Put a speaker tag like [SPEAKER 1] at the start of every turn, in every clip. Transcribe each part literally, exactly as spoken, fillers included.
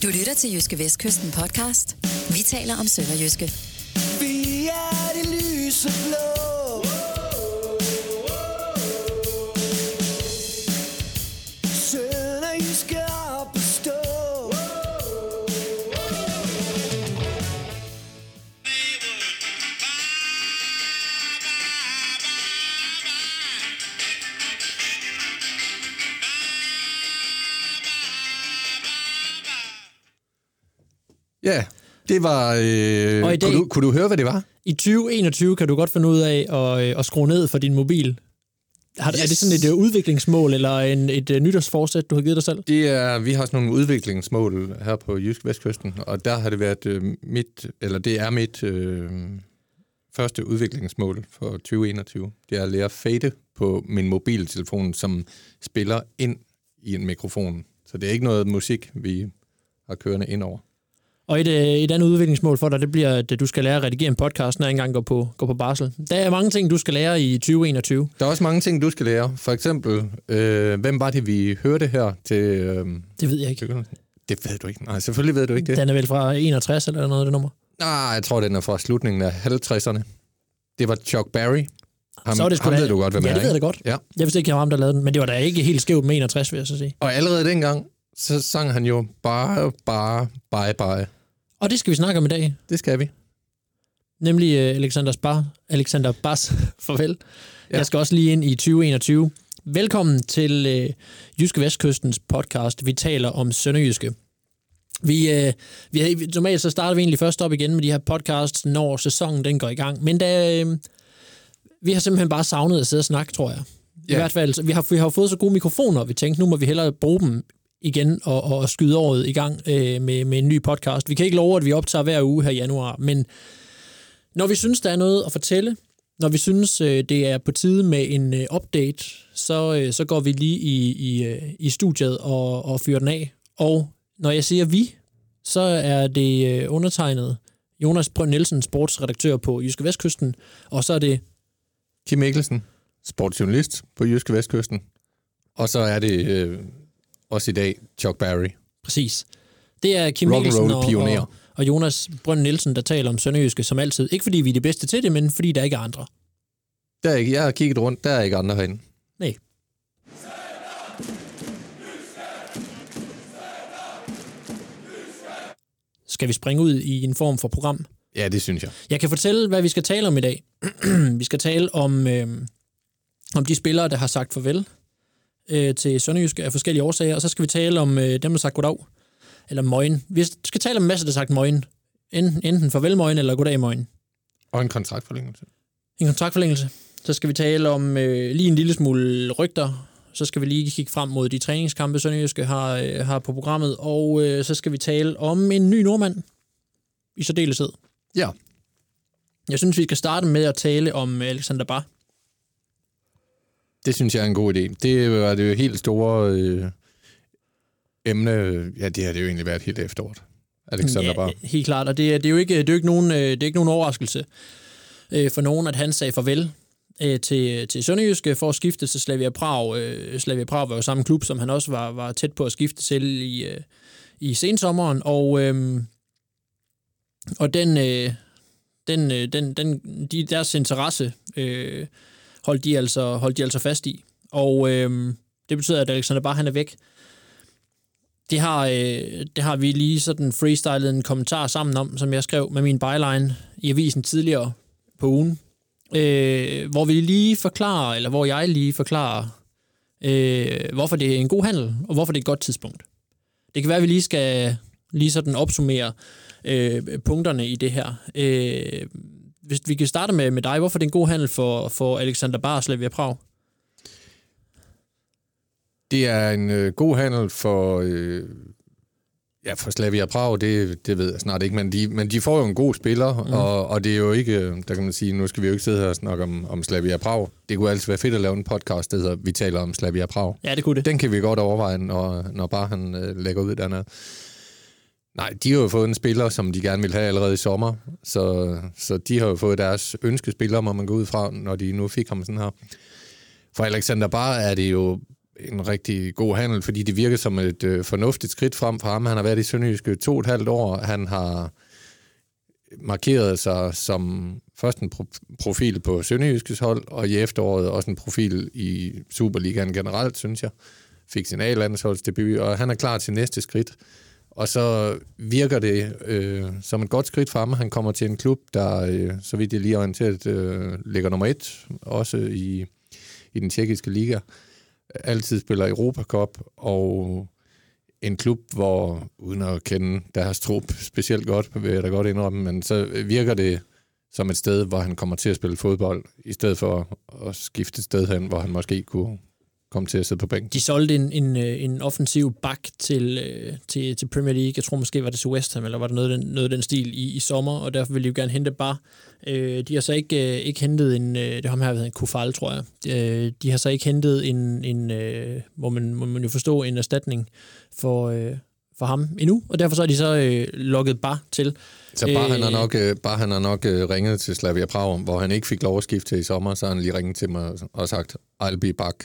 [SPEAKER 1] Du lytter til Jyske Vestkysten podcast. Vi taler om sønderjyske.
[SPEAKER 2] Vi er det lyseblå. Sønderjyske op at stå.
[SPEAKER 3] Ja, det var... Øh,
[SPEAKER 4] Og i dag,
[SPEAKER 3] kunne, du, kunne du høre, hvad det var?
[SPEAKER 4] I tyve enogtyve kan du godt finde ud af at, øh, at skrue ned for din mobil. Har, yes. Er det sådan et uh, udviklingsmål, eller en, et uh, nytårsforsæt, du har givet dig selv?
[SPEAKER 3] Det er, vi har sådan nogle udviklingsmål her på Jysk Vestkysten, og der har det været øh, mit, eller det er mit øh, første udviklingsmål for tyve enogtyve. Det er at lære fade på min mobiltelefon, som spiller ind i en mikrofon. Så det er ikke noget musik, vi har kørende ind over.
[SPEAKER 4] Og et, et andet udviklingsmål for dig, det bliver, at du skal lære at redigere en podcast, når jeg engang går på, går på barsel. Der er mange ting, du skal lære i tyve enogtyve.
[SPEAKER 3] Der er også mange ting, du skal lære. For eksempel, øh, hvem var det, vi hørte her til... Øh,
[SPEAKER 4] det ved jeg ikke.
[SPEAKER 3] Det ved du ikke. Nej, selvfølgelig ved du ikke det.
[SPEAKER 4] Den er vel fra enogtres eller noget, det nummer?
[SPEAKER 3] Nej, jeg tror, den er fra slutningen af halvtredserne. Det var Chuck Berry. Ham,
[SPEAKER 4] så det
[SPEAKER 3] ham ved du godt, hvem
[SPEAKER 4] ja,
[SPEAKER 3] er,
[SPEAKER 4] det ved jeg da godt.
[SPEAKER 3] Ja.
[SPEAKER 4] Jeg vidste ikke, det var ham, der lavede den, men det var da ikke helt skævt med enogtres, vil jeg så sige.
[SPEAKER 3] Og allerede dengang, så sang han jo bare, bare, bye, bye.
[SPEAKER 4] Og det skal vi snakke om i dag.
[SPEAKER 3] Det skal vi.
[SPEAKER 4] Nemlig uh, Alexander Spar, Alexander Bas, farvel. Ja. Jeg skal også lige ind i tyve enogtyve. Velkommen til uh, Jyske Vestkystens podcast. Vi taler om sønderjyske. Vi, uh, vi, normalt så starter vi egentlig først op igen med de her podcasts, når sæsonen den går i gang. Men da, uh, vi har simpelthen bare savnet at sidde og snakke, tror jeg. I ja. hvert fald, vi har, vi har fået så gode mikrofoner, og vi tænkte, nu må vi hellere bruge dem igen og, og skyde året i gang øh, med, med en ny podcast. Vi kan ikke love, at vi optager hver uge her i januar, men når vi synes, der er noget at fortælle, når vi synes, øh, det er på tide med en øh, update, så, øh, så går vi lige i, i, øh, i studiet og, og fyrer den af. Og når jeg siger vi, så er det øh, undertegnet Jonas Brønd Nielsen, sportsredaktør på Jyske Vestkysten, og så er det
[SPEAKER 3] Kim Mikkelsen, sportsjournalist på Jyske Vestkysten, og så er det... Øh også i dag, Chuck Berry.
[SPEAKER 4] Præcis. Det er Kim Mikkelsen og, og, og Jonas Brønd Nielsen, der taler om sønderjyske som altid. Ikke fordi vi er de bedste til det, men fordi der ikke er andre.
[SPEAKER 3] Der er ikke, jeg har kigget rundt, der er ikke andre herinde.
[SPEAKER 4] Nej. Skal vi springe ud i en form for program?
[SPEAKER 3] Ja, det synes jeg.
[SPEAKER 4] Jeg kan fortælle, hvad vi skal tale om i dag. Vi skal tale om, øh, om de spillere, der har sagt farvel til sønderjyske af forskellige årsager, og så skal vi tale om øh, dem, der har sagt goddag, eller møgen. Vi skal tale om en masse, der har sagt møgen. Enten, enten farvel møgen, eller goddag møgen.
[SPEAKER 3] Og en kontraktforlængelse.
[SPEAKER 4] En kontraktforlængelse. Så skal vi tale om øh, lige en lille smule rygter. Så skal vi lige kigge frem mod de træningskampe, sønderjyske har, øh, har på programmet, og øh, så skal vi tale om en ny nordmand i særdeleshed.
[SPEAKER 3] Ja.
[SPEAKER 4] Jeg synes, vi skal starte med at tale om Alexander Bar.
[SPEAKER 3] Det synes jeg er en god idé. Det var det jo helt store øh, emne. Ja, det har det jo egentlig været helt efteråret. Alexander
[SPEAKER 4] ja,
[SPEAKER 3] Bar.
[SPEAKER 4] Helt klart, og det er, det er jo ikke, det er jo ikke nogen, det er ikke nogen overraskelse øh, for nogen, at han sagde farvel øh, til, til sønderjyske for at skifte til Slavia Prag. Øh, Slavia Prag var jo samme klub, som han også var, var tæt på at skifte til i, øh, i sensommeren, og, øh, og den, øh, den, den, den, de, deres interesse øh, holdt de altså, holdt de altså fast i. Og øh, det betyder, at Alexander Bar, han er væk. Det har, øh, det har vi lige sådan freestylet en kommentar sammen om, som jeg skrev med min byline i avisen tidligere på ugen. Øh, hvor vi lige forklarer, eller hvor jeg lige forklarer, øh, hvorfor det er en god handel, og hvorfor det er et godt tidspunkt. Det kan være, at vi lige skal lige sådan opsummere øh, punkterne i det her. Øh, Hvis vi kan starte med, med dig, hvorfor det er en god handel for, for Alexander Bar og Slavia Prag?
[SPEAKER 3] Det er en øh, god handel for, øh, ja, for Slavia Prag, det, det ved jeg snart ikke, men de, men de får jo en god spiller, mm. og, og det er jo ikke, der kan man sige, nu skal vi jo ikke sidde her og snakke om, om Slavia Prag. Det kunne altid være fedt at lave en podcast, der hedder Vi taler om Slavia Prag.
[SPEAKER 4] Ja, det kunne det.
[SPEAKER 3] Den kan vi godt overveje, når, når bare han øh, lægger ud dernede. Nej, de har jo fået en spiller, som de gerne vil have allerede i sommer, så, så de har jo fået deres ønskespiller, må man gå ud fra, når de nu fik ham sådan her. For Alexander Bar er det jo en rigtig god handel, fordi det virker som et øh, fornuftigt skridt frem for ham. Han har været i Sønderjyske to og et halvt år. Han har markeret sig som først en pro- profil på Sønderjyskes hold, og i efteråret også en profil i Superligaen generelt, synes jeg. Fik sin A-landsholdsdebut, og han er klar til næste skridt. Og så virker det øh, som et godt skridt for ham. Han kommer til en klub, der, øh, så vidt jeg lige orienteret, øh, ligger nummer et, også i, i den tjekkiske liga. Altid spiller Europa Cup, og en klub, hvor, uden at kende deres trup specielt godt, vil jeg da godt indrømme, men så virker det som et sted, hvor han kommer til at spille fodbold, i stedet for at skifte et sted hen, hvor han måske kunne komme til at sidde på bænken.
[SPEAKER 4] De solgte en, en, en offensiv bak til, til, til Premier League. Jeg tror måske var det til West Ham, eller var det noget af den, noget af den stil i, i sommer, og derfor ville de jo gerne hente bare. Øh, de har så ikke, øh, ikke hentet en, øh, det har her været en Kufal, tror jeg. Øh, de har så ikke hentet en, en øh, hvor man, må man jo forstå, en erstatning for, øh, for ham endnu, og derfor så har de så øh, lukket bare til.
[SPEAKER 3] Så bare, øh, han har nok, øh, bare han har nok øh, ringet til Slavia Prag, hvor han ikke fik lov at skifte til i sommer, så har han lige ringet til mig og sagt, I'll be back.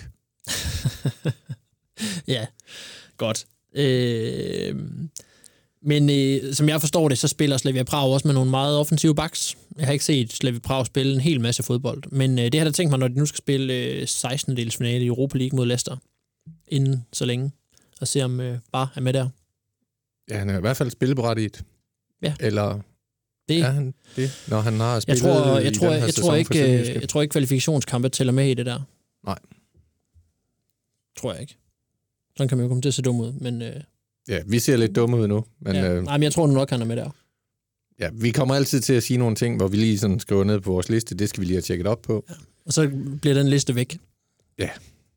[SPEAKER 4] Ja, godt. Øh, men øh, som jeg forstår det, så spiller Slavia Prag også med nogle meget offensive backs. Jeg har ikke set Slavia Prag spille en hel masse fodbold, men øh, det har jeg da tænkt mig, når de nu skal spille øh, sekstende-dels finale i Europa League mod Leicester, inden så længe, og se om øh, bare er med der.
[SPEAKER 3] Ja, han er i hvert fald spilleberettiget.
[SPEAKER 4] Ja.
[SPEAKER 3] Eller
[SPEAKER 4] det.
[SPEAKER 3] er han det, når han har spillet
[SPEAKER 4] jeg tror, jeg
[SPEAKER 3] i
[SPEAKER 4] tror,
[SPEAKER 3] den her
[SPEAKER 4] jeg,
[SPEAKER 3] sæson
[SPEAKER 4] tror ikke,
[SPEAKER 3] for Sønderjyske?
[SPEAKER 4] jeg tror ikke kvalifikationskampe tæller med i det der.
[SPEAKER 3] Nej.
[SPEAKER 4] Tror jeg ikke. Sådan kan man jo komme til at se dum ud, men... Øh,
[SPEAKER 3] ja, vi ser lidt dumme ud nu. Men,
[SPEAKER 4] ja.
[SPEAKER 3] øh,
[SPEAKER 4] Nej, men jeg tror nu nok, han er med der.
[SPEAKER 3] Ja, vi kommer altid til at sige nogle ting, hvor vi lige sådan skriver ned på vores liste. Det skal vi lige have tjekket op på.
[SPEAKER 4] Ja. Og så bliver den liste væk.
[SPEAKER 3] Ja.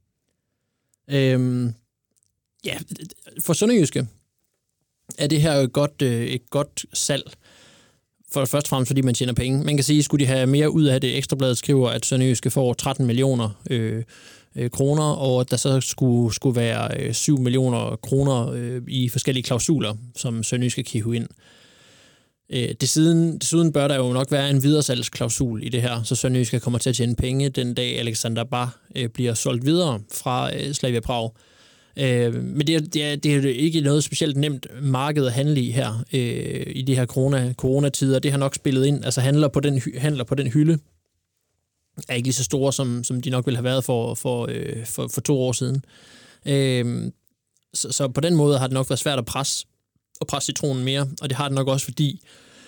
[SPEAKER 4] Øhm, ja, for Sønderjyske er det her jo et godt, øh, et godt salg. For først og fremmest, fordi man tjener penge. Man kan sige, skulle de have mere ud af det? Ekstrabladet skriver, at Sønderjyske får tretten millioner øh, øh, kroner, og at der så skulle, skulle være øh, syv millioner kroner øh, i forskellige klausuler, som Sønderjyske kan hive ind. Øh, desuden, desuden bør der jo nok være en videresalgsklausul i det her, så Sønderjyske kommer til at tjene penge den dag Alexander Bach øh, bliver solgt videre fra øh, Slavia Prag. Øh, men det er, det, er, det er ikke noget specielt nemt marked at handle i her, øh, i de her corona, coronatider. Det har nok spillet ind, altså handler på den, handler på den hylde, er ikke lige så store, som, som de nok ville have været for, for, øh, for, for to år siden. Øh, så, så på den måde har det nok været svært at presse, at presse citronen mere, og det har det nok også, fordi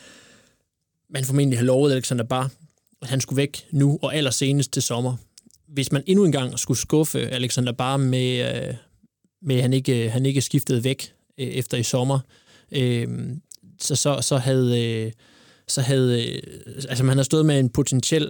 [SPEAKER 4] man formentlig har lovet Alexander Bach, at han skulle væk nu, og allersenest til sommer. Hvis man endnu engang skulle skuffe Alexander Bach med... Øh, med han ikke han ikke skiftede væk øh, efter i sommer, øh, så så så havde øh, så havde øh, altså man har stået med en potentiel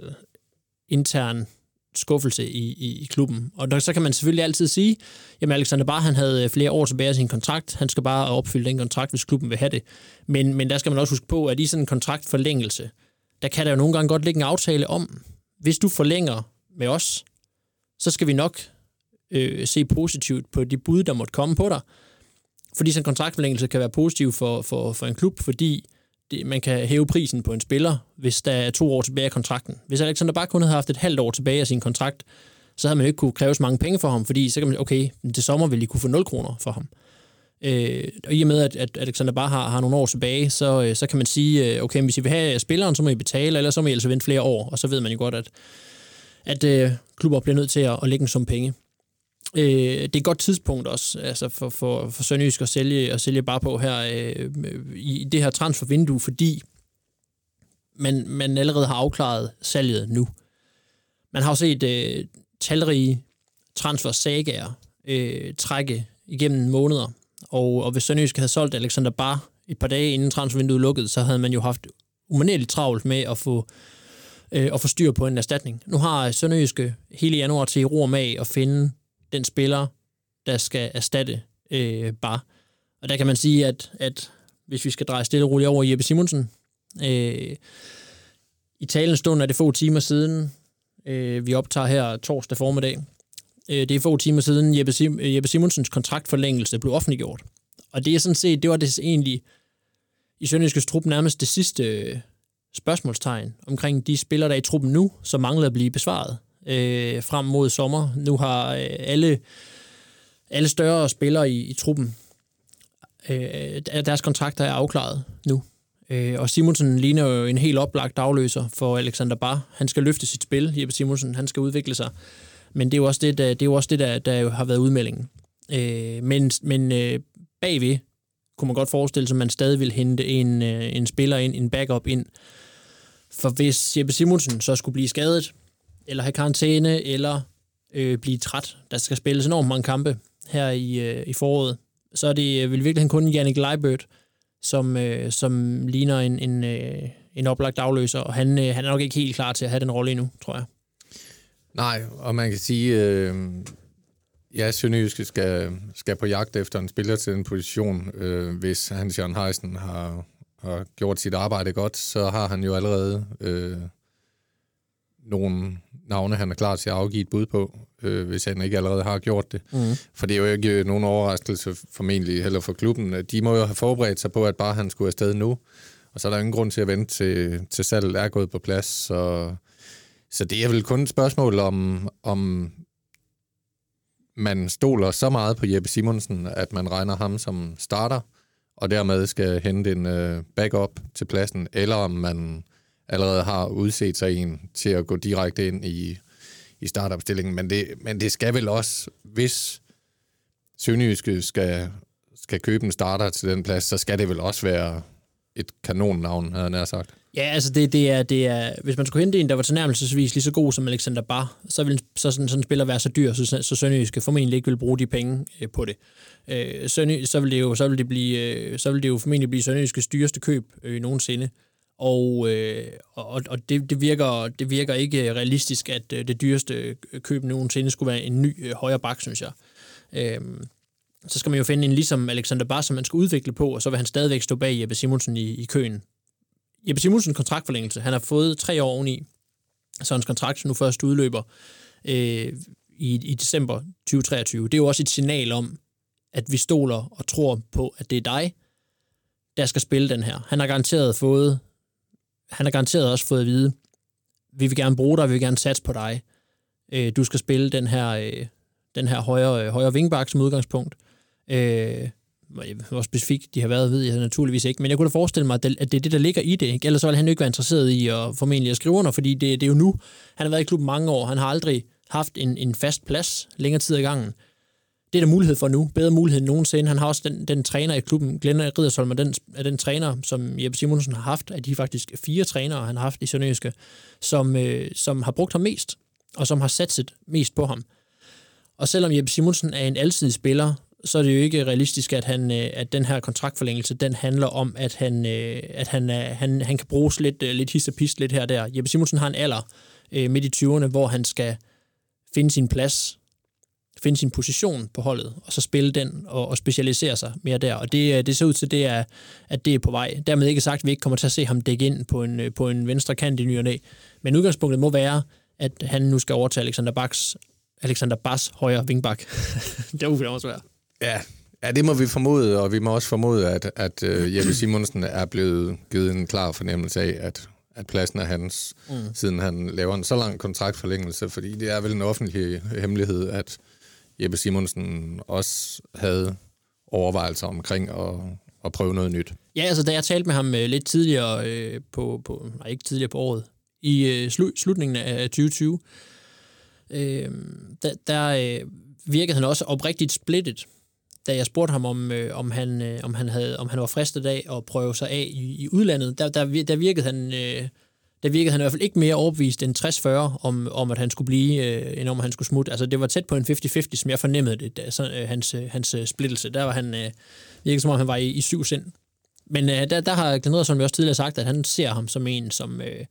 [SPEAKER 4] intern skuffelse i, i, i klubben. Og der, så kan man selvfølgelig altid sige, jamen Alexander Bach, han havde flere år tilbage af sin kontrakt, han skal bare opfylde den kontrakt, hvis klubben vil have det. Men men der skal man også huske på, at i sådan en kontraktforlængelse, der kan der jo nogle gange godt ligge en aftale om, hvis du forlænger med os, så skal vi nok Øh, se positivt på de bud, der måtte komme på dig. Fordi sådan en kontraktforlængelse kan være positiv for, for, for en klub, fordi det, man kan hæve prisen på en spiller, hvis der er to år tilbage af kontrakten. Hvis Alexander Bach kun havde haft et halvt år tilbage af sin kontrakt, så havde man jo ikke kunne kræve så mange penge for ham, fordi så kan man, okay, til sommer ville de kunne få nul kroner for ham. Øh, og i og med, at, at Alexander Bach har, har nogle år tilbage, så, så kan man sige, okay, hvis I vil have spilleren, så må I betale, eller så må I altså vente flere år, og så ved man jo godt, at, at øh, klubber bliver nødt til at, at lægge en sum penge. Øh, det er et godt tidspunkt også, altså for, for, for Sønderjysk at sælge, at sælge bare på her øh, i det her transfervindue, fordi man, man allerede har afklaret salget nu. Man har jo set øh, talrige transfer-sagaer øh, trække igennem måneder, og, og hvis Sønderjysk havde solgt Alexander Bach et par dage inden transfervinduet lukkede, så havde man jo haft umanerligt travlt med at få øh, at få styr på en erstatning. Nu har Sønderjyske hele januar til i ro med at finde den spiller, der skal erstatte øh, Bach. Og der kan man sige, at, at hvis vi skal dreje stille og roligt over Jeppe Simonsen, øh, i talens stund er det få timer siden, øh, vi optager her torsdag formiddag, øh, det er få timer siden Jeppe, Sim- Jeppe Simonsens kontraktforlængelse blev offentliggjort. Og det er sådan set, det var det egentlig i Sønderjyskes trup nærmest det sidste øh, spørgsmålstegn omkring de spillere, der er i truppen nu, som manglede at blive besvaret. Øh, frem mod sommer. Nu har øh, alle alle større spillere i, i truppen, øh, deres kontrakter er afklaret nu. Øh, og Simonsen ligner jo en helt oplagt afløser for Alexander Bar. Han skal løfte sit spil, Jeppe Simonsen, han skal udvikle sig. Men det er jo også det, der, det er jo også det, der, der har været udmeldingen. Øh, men men øh, bagved kunne man godt forestille sig, at man stadig vil hente en, øh, en spiller ind, en backup ind. For hvis Jeppe Simonsen så skulle blive skadet, eller have karantæne, eller øh, blive træt, der skal spilles enormt mange kampe her i, øh, i foråret, så er det vel virkelig kun Jannik Leibert, som, øh, som ligner en, en, øh, en oplagt afløser, og han, øh, han er nok ikke helt klar til at have den rolle endnu, tror jeg.
[SPEAKER 3] Nej, og man kan sige, øh, ja, Sønderjyske skal, skal på jagt efter en spiller til den position. Øh, hvis Hans Jørgen Heisen har, har gjort sit arbejde godt, så har han jo allerede øh, nogle navne, han er klar til at afgive et bud på, øh, hvis han ikke allerede har gjort det. Mm. For det er jo ikke nogen overraskelse formentlig heller for klubben. De må jo have forberedt sig på, at bare han skulle afsted nu, og så er der ingen grund til at vente til, til salget er gået på plads. Så, så det er vel kun et spørgsmål om, om man stoler så meget på Jeppe Simonsen, at man regner ham som starter, og dermed skal hente en øh, backup til pladsen, eller om man allerede har udset sig en til at gå direkte ind i, i startopstillingen. Men det, men det skal vel også, hvis Sønderjyske skal, skal købe en starter til den plads, så skal det vel også være et kanonnavn, havde jeg nær sagt.
[SPEAKER 4] Ja, altså det, det, er, det er, hvis man skulle hente en, der var tilnærmelsesvis lige så god som Alexander Bar, så vil så sådan, sådan en spiller være så dyr, så, så Sønderjyske formentlig ikke vil bruge de penge øh, på det. Øh, Sønderjyske, så vil det jo, så vil det blive, øh, så vil det jo formentlig blive Sønderjyskes dyreste køb øh, nogensinde. Og, øh, og, og det, det, virker, det virker ikke realistisk, at øh, det dyreste køb nogensinde skulle være en ny øh, højre bak, synes jeg. Øh, så skal man jo finde en ligesom Alexander Bar, som man skal udvikle på, og så vil han stadigvæk stå bag Jeppe Simonsen i, i køen. Jeppe Simonsens kontraktforlængelse, han har fået tre år oveni, så hans kontrakt nu først udløber øh, i, i december tyve treogtyve. Det er jo også et signal om, at vi stoler og tror på, at det er dig, der skal spille den her. Han har garanteret fået, han har garanteret også fået at vide, vi vil gerne bruge dig, vi vil gerne satse på dig. Øh, du skal spille den her, øh, den her højre, øh, højre vingbak som udgangspunkt. Øh, hvor specifikt de har været, ved jeg naturligvis ikke, men jeg kunne da forestille mig, at det, at det er det, der ligger i det, ikke? Ellers så ville han jo ikke være interesseret i at formentlig at skrive under, fordi det, det er jo nu. Han har været i klubben mange år, han har aldrig haft en, en fast plads længere tid ad gangen. Det er der mulighed for nu, bedre mulighed end nogensinde. Han har også den, den træner i klubben, Glenn Riddersholm, er den, er den træner, som Jeppe Simonsen har haft, af de faktisk fire trænere, han har haft i Sønderjyske, som, øh, som har brugt ham mest, og som har satset mest på ham. Og selvom Jeppe Simonsen er en alsidig spiller, så er det jo ikke realistisk, at, han, at den her kontraktforlængelse, den handler om, at han, at han, han, han kan bruges lidt, lidt hist og pist lidt her og der. Jeppe Simonsen har en alder midt i tyverne, hvor han skal finde sin plads, finde sin position på holdet, og så spille den og, og specialisere sig mere der. Og det, det ser ud til, det er, at det er på vej. Dermed ikke sagt, at vi ikke kommer til at se ham dække ind på en, på en venstre kant i ny og næ. Men udgangspunktet må være, at han nu skal overtage Alexander Baks, Alexander Bas højre vingbak. Det er jo også svært.
[SPEAKER 3] Ja, ja, det må vi formode, og vi må også formode, at, at uh, Jeppe Simonsen er blevet givet en klar fornemmelse af, at, at pladsen er hans, mm. siden han laver en så lang kontraktforlængelse, fordi det er vel en offentlig hemmelighed, at Jeppe Simonsen også havde overvejelser omkring at, at prøve noget nyt.
[SPEAKER 4] Ja, altså da jeg talte med ham øh, lidt tidligere øh, på, på, nej ikke tidligere på året, i øh, slu, slutningen af tyve tyve, øh, der, der øh, virkede han også oprigtigt splittet. Da jeg spurgte ham, om, øh, om, han, øh, om, han havde, om han var fristet af at prøve sig af i, i udlandet, der, der, der, virkede han, øh, der virkede han i hvert fald ikke mere overbevist end tres fyrre om, om, at han skulle blive, øh, end om at han skulle smutte. Altså, det var tæt på en halvtreds halvtreds, som jeg fornemmede det, da, så, øh, hans, øh, hans splittelse. Der var han, øh, virkede som om han var i, i syv sind. Men øh, der, der har Glenn Riddersholm også tidligere sagt, at han ser ham som en, som... Øh,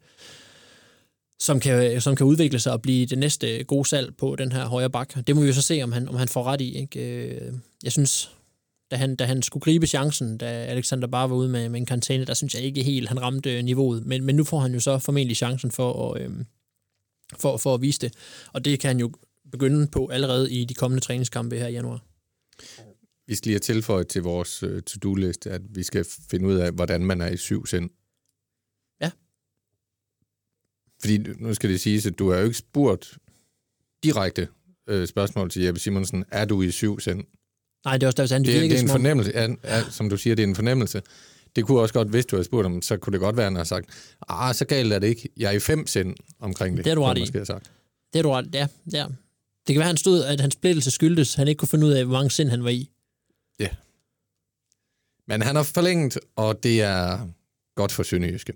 [SPEAKER 4] Som kan, som kan udvikle sig og blive det næste gode salg på den her højre bak. Det må vi jo så se, om han, om han får ret i. Ikke? Jeg synes, da han, da han skulle gribe chancen, da Alexander bare var ude med, med en karantæne, der synes jeg ikke helt, han ramte niveauet. Men, men nu får han jo så formentlig chancen for at, øhm, for, for at vise det. Og det kan han jo begynde på allerede i de kommende træningskampe her i januar.
[SPEAKER 3] Vi skal lige have tilføjet til vores uh, to-do-liste, at vi skal finde ud af, hvordan man er i syv sind. Fordi nu skal det siges, at du har jo ikke spurgt direkte øh, spørgsmål til Jeppe Simonsen, er du i syv sind?
[SPEAKER 4] Nej, det er også der, han
[SPEAKER 3] det, det,
[SPEAKER 4] virker
[SPEAKER 3] det er en
[SPEAKER 4] som om-
[SPEAKER 3] fornemmelse, ja, ja, som du siger, det er en fornemmelse. Det kunne også godt, hvis du havde spurgt ham, så kunne det godt være, at han har sagt, ah, så galt er det ikke. Jeg er i fem sind omkring det.
[SPEAKER 4] Det er du
[SPEAKER 3] kunne
[SPEAKER 4] ret
[SPEAKER 3] han
[SPEAKER 4] i.
[SPEAKER 3] måske have sagt.
[SPEAKER 4] Det er du ret, ja, ja. Det kan være, han stod, at hans splittelse skyldtes, han ikke kunne finde ud af, hvor mange sind han var i.
[SPEAKER 3] Ja. Men han har forlænget, og det er godt for Sønderjyske.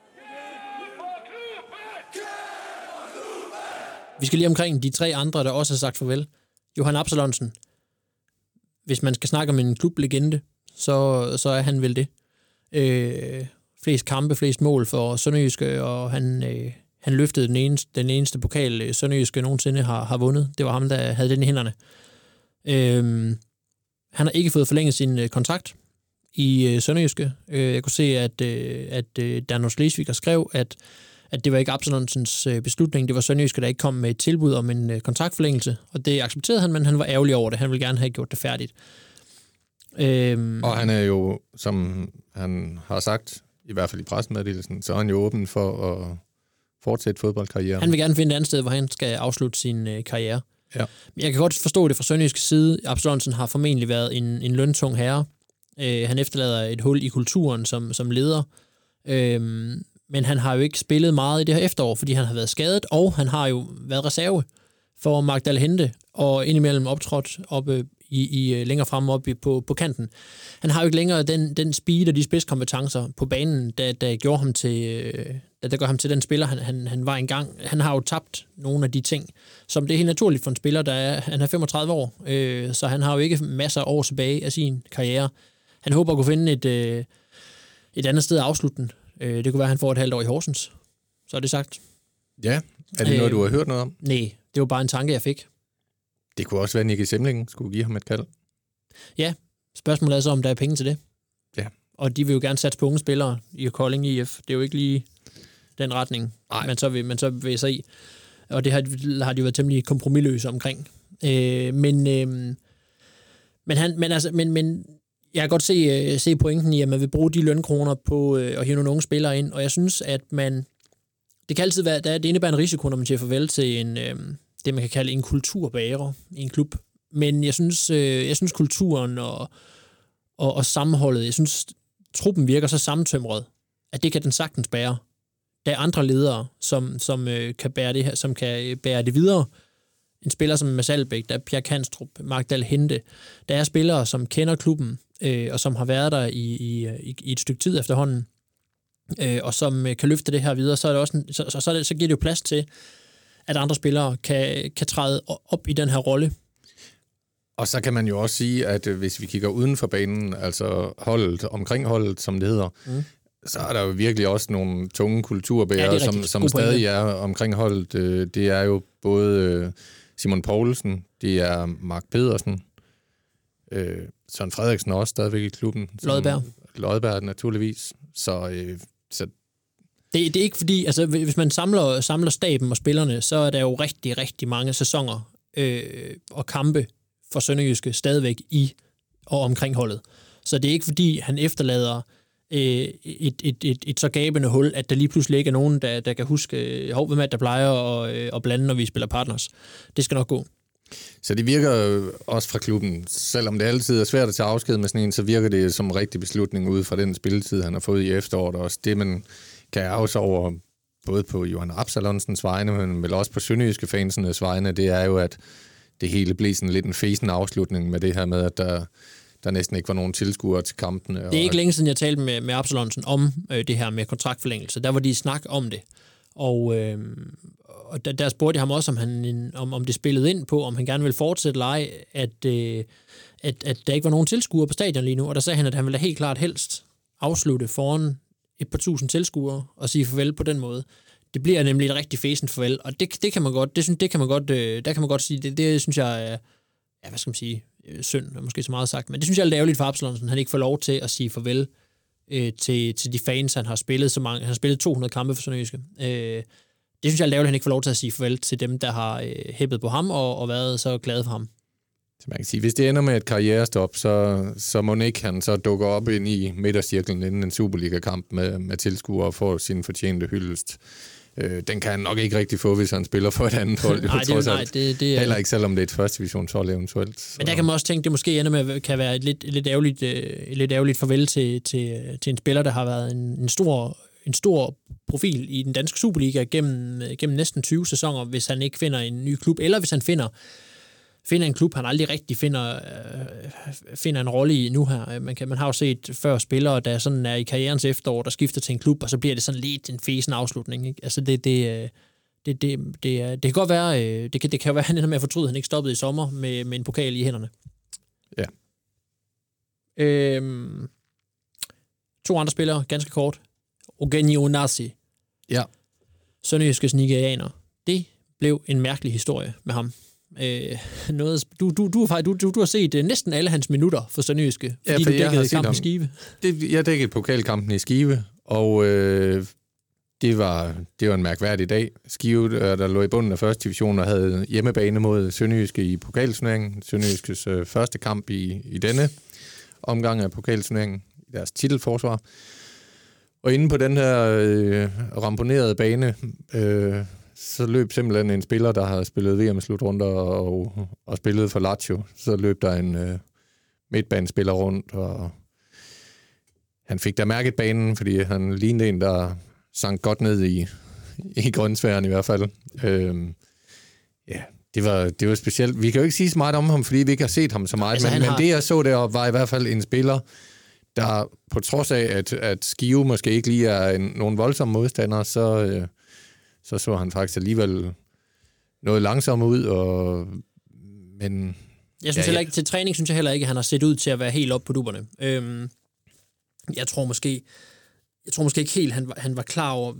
[SPEAKER 4] Vi skal lige omkring de tre andre, der også har sagt farvel. Johan Absalonsen. Hvis man skal snakke om en klublegende, så, så er han vel det. Øh, flest kampe, flest mål for Sønderjyske, og han, øh, han løftede den eneste, den eneste pokal, Sønderjyske nogensinde har, har vundet. Det var ham, der havde den i hænderne. Øh, han har ikke fået forlænget sin øh, kontrakt i øh, Sønderjyske. Øh, jeg kunne se, at, øh, at øh, Danos Lesvig skrev, at at det var ikke Absalonsens øh, beslutning, det var Sønderjyske, der ikke kom med et tilbud om en øh, kontraktforlængelse, og det accepterede han, men han var ærgerlig over det. Han ville gerne have gjort det færdigt. Øhm,
[SPEAKER 3] Og han er jo, som han har sagt, i hvert fald i pressemeddelelsen, så er han jo åben for at fortsætte fodboldkarrieren.
[SPEAKER 4] han vil gerne finde et andet sted, hvor han skal afslutte sin øh, karriere.
[SPEAKER 3] Ja.
[SPEAKER 4] Jeg kan godt forstå det fra Sønderjyske side. Absalonsen har formentlig været en, en løntung herre. Øh, han efterlader et hul i kulturen som, som leder. Øh, Men han har jo ikke spillet meget i det her efterår, fordi han har været skadet, og han har jo været reserve for Magdal Hente, og indimellem optrådt oppe i, i længere fremme oppe på, på kanten. Han har jo ikke længere den, den speed og de spidskompetencer på banen, der, der gjorde ham til, der, der gør ham til den spiller, han, han, han var engang. Han har jo tabt nogle af de ting, som det er helt naturligt for en spiller, der er, han er femogtredive år, øh, så han har jo ikke masser af år tilbage af sin karriere. Han håber at kunne finde et, øh, et andet sted at afslutte den. Det kunne være, at han får et halvt år i Horsens. Så er det sagt.
[SPEAKER 3] Ja, er det noget, du har hørt noget om?
[SPEAKER 4] Nej, det var bare en tanke, jeg fik.
[SPEAKER 3] Det kunne også være, at Nicky Semling skulle give ham et kald.
[SPEAKER 4] Ja, spørgsmålet er så, om der er penge til det.
[SPEAKER 3] Ja.
[SPEAKER 4] Og de vil jo gerne satse på unge spillere i Kolding I F. Det er jo ikke lige den retning,
[SPEAKER 3] Nej.
[SPEAKER 4] man så vil, man så vil sig i. Og det har, har de jo været temmelig kompromisløse omkring. Øh, men, øh, men, han, men, altså, men, men jeg kan godt se, se pointen i, at man vil bruge de lønkroner på at hive nogle unge spillere ind, og jeg synes, at man... Det kan altid være... Det indebærer en risiko, når man siger farvel til en, det, man kan kalde en kulturbærer i en klub. Men jeg synes, jeg synes kulturen og, og, og sammenholdet, jeg synes, truppen virker så sammentømret, at det kan den sagtens bære. Der er andre ledere, som, som kan bære det her, som kan bære det videre. En spiller som Mads Albeck, der er Pierre Kanstrup, Magdal Hente. Der er spillere, som kender klubben, øh, og som har været der i, i, i et stykke tid efterhånden, øh, og som øh, kan løfte det her videre. Så, er det også en, så, så, så, det, så giver det jo plads til, at andre spillere kan, kan træde op i den her rolle.
[SPEAKER 3] Og så kan man jo også sige, at hvis vi kigger uden for banen, altså holdet, omkring holdet, som det hedder, mm. så er der jo virkelig også nogle tunge kulturbærere, ja, som, som stadig er omkring holdet. Det er jo både Simon Poulsen, det er Mark Pedersen, øh, Søren Frederiksen er også stadigvæk i klubben.
[SPEAKER 4] Lodberg.
[SPEAKER 3] Lodberg, naturligvis. Så, øh, så
[SPEAKER 4] det, det er ikke fordi, altså hvis man samler, samler staben og spillerne, så er der jo rigtig, rigtig mange sæsoner øh, og kampe for Sønderjyske stadigvæk i og omkring holdet. Så det er ikke fordi, han efterlader et, et, et, et så gabende hul, at der lige pludselig ikke er nogen, der, der kan huske, hov, hvem er det, der plejer at, at blande, når vi spiller partners. Det skal nok gå.
[SPEAKER 3] Så det virker også fra klubben, selvom det altid er svært at tage afsked med sådan en, så virker det som en rigtig beslutning ud fra den spilletid, han har fået i efteråret. Og også det, man kan ærge sig over, både på Johan Absalonsens vegne, men vel også på Sønderjyske fansenes vegne, det er jo, at det hele blev sådan lidt en fesen afslutning med det her med, at der der næsten ikke var nogen tilskuere til kampene.
[SPEAKER 4] Det er ikke længe siden, jeg talte med, med Absalonsen om øh, det her med kontraktforlængelse. Der var de snak om det. Og, øh, og der, der spurgte jeg ham også, om, han, om, om det spillede ind på, om han gerne ville fortsætte lege, at, øh, at, at der ikke var nogen tilskuere på stadion lige nu. Og der sagde han, at han ville helt klart helst afslutte foran et par tusind tilskuere og sige farvel på den måde. Det bliver nemlig et rigtig fæsent farvel, og det, det kan man godt, det synes, det kan man godt, øh, der kan man godt sige, det, det synes jeg er, ja, hvad skal man sige, synd, er måske så meget sagt, men det synes jeg er lidt ærgerligt for Absalonsen, han ikke får lov til at sige farvel øh, til, til de fans, han har spillet så mange, han har spillet to hundrede kampe for Sønderjyske. Øh, det synes jeg er ærgerligt, han ikke får lov til at sige farvel til dem, der har øh, hæppet på ham og, og været så glade for ham.
[SPEAKER 3] Så man kan sige, hvis det ender med et karrierestop, så, så må ikke han så dukker op ind i midtercirklen inden en Superliga-kamp med, med tilskuere og får sin fortjente hyldest. Øh, den kan han nok ikke rigtig få, hvis han spiller for et andet hold.
[SPEAKER 4] nej, det, nej det, det er...
[SPEAKER 3] Heller ikke, selvom det er et første divisionshold eventuelt. Så.
[SPEAKER 4] Men der kan man også tænke, det måske ender med, kan være et lidt, lidt, ærgerligt, et lidt ærgerligt farvel til, til, til en spiller, der har været en, en, stor, en stor profil i den danske Superliga gennem, gennem næsten tyve sæsoner, hvis han ikke finder en ny klub, eller hvis han finder finder en klub, han aldrig rigtig finder, øh, finder en rolle i nu her. Man, kan, man har jo set før spillere, der sådan er i karrierens efterår, der skifter til en klub, og så bliver det sådan lidt en fesen afslutning. Ikke? Altså det, det, det, det, det, det kan godt være, det kan, det kan jo være, han ender med at fortryde, at han ikke stoppede i sommer med, med en pokal i hænderne.
[SPEAKER 3] Ja.
[SPEAKER 4] Øhm, to andre spillere, ganske kort. Ogeni Onasi.
[SPEAKER 3] Ja.
[SPEAKER 4] Sønderjyskes nigerianer. Det blev en mærkelig historie med ham. Øh, noget, du, du, du, du, du, du har set uh, næsten alle hans minutter for Sønderjyske, fordi ja, for du dækkede kampen i Skive.
[SPEAKER 3] Det, jeg dækkede pokalkampen i Skive, og øh, det, var, det var en mærkværdig dag. Skive, der lå i bunden af første division og havde hjemmebane mod Sønderjyske i pokalturneringen. Sønderjyskes øh, første kamp i, i denne omgang af pokalturneringen, i deres titelforsvar. Og inde på den her øh, ramponerede bane... Øh, så løb simpelthen en spiller, der har spillet V M-slutrunder og, og spillet for Lazio. Så løb der en øh, midtbanespiller rundt, og han fik da mærket banen, fordi han lignede en, der sank godt ned i, i grøntsværen i hvert fald. Øhm, ja, det var, det var specielt. Vi kan jo ikke sige så meget om ham, fordi vi ikke har set ham så meget, altså, men, har... men det, jeg så deroppe, var i hvert fald en spiller, der på trods af, at, at Skive måske ikke lige er en, nogen voldsomme modstandere, så... Øh, så så han faktisk alligevel noget langsomt ud, og men...
[SPEAKER 4] Jeg synes ja, heller ikke, til træning synes jeg heller ikke, at han har set ud til at være helt op på dupperne. Øhm, jeg tror måske, jeg tror måske ikke helt, han var, han var klar over,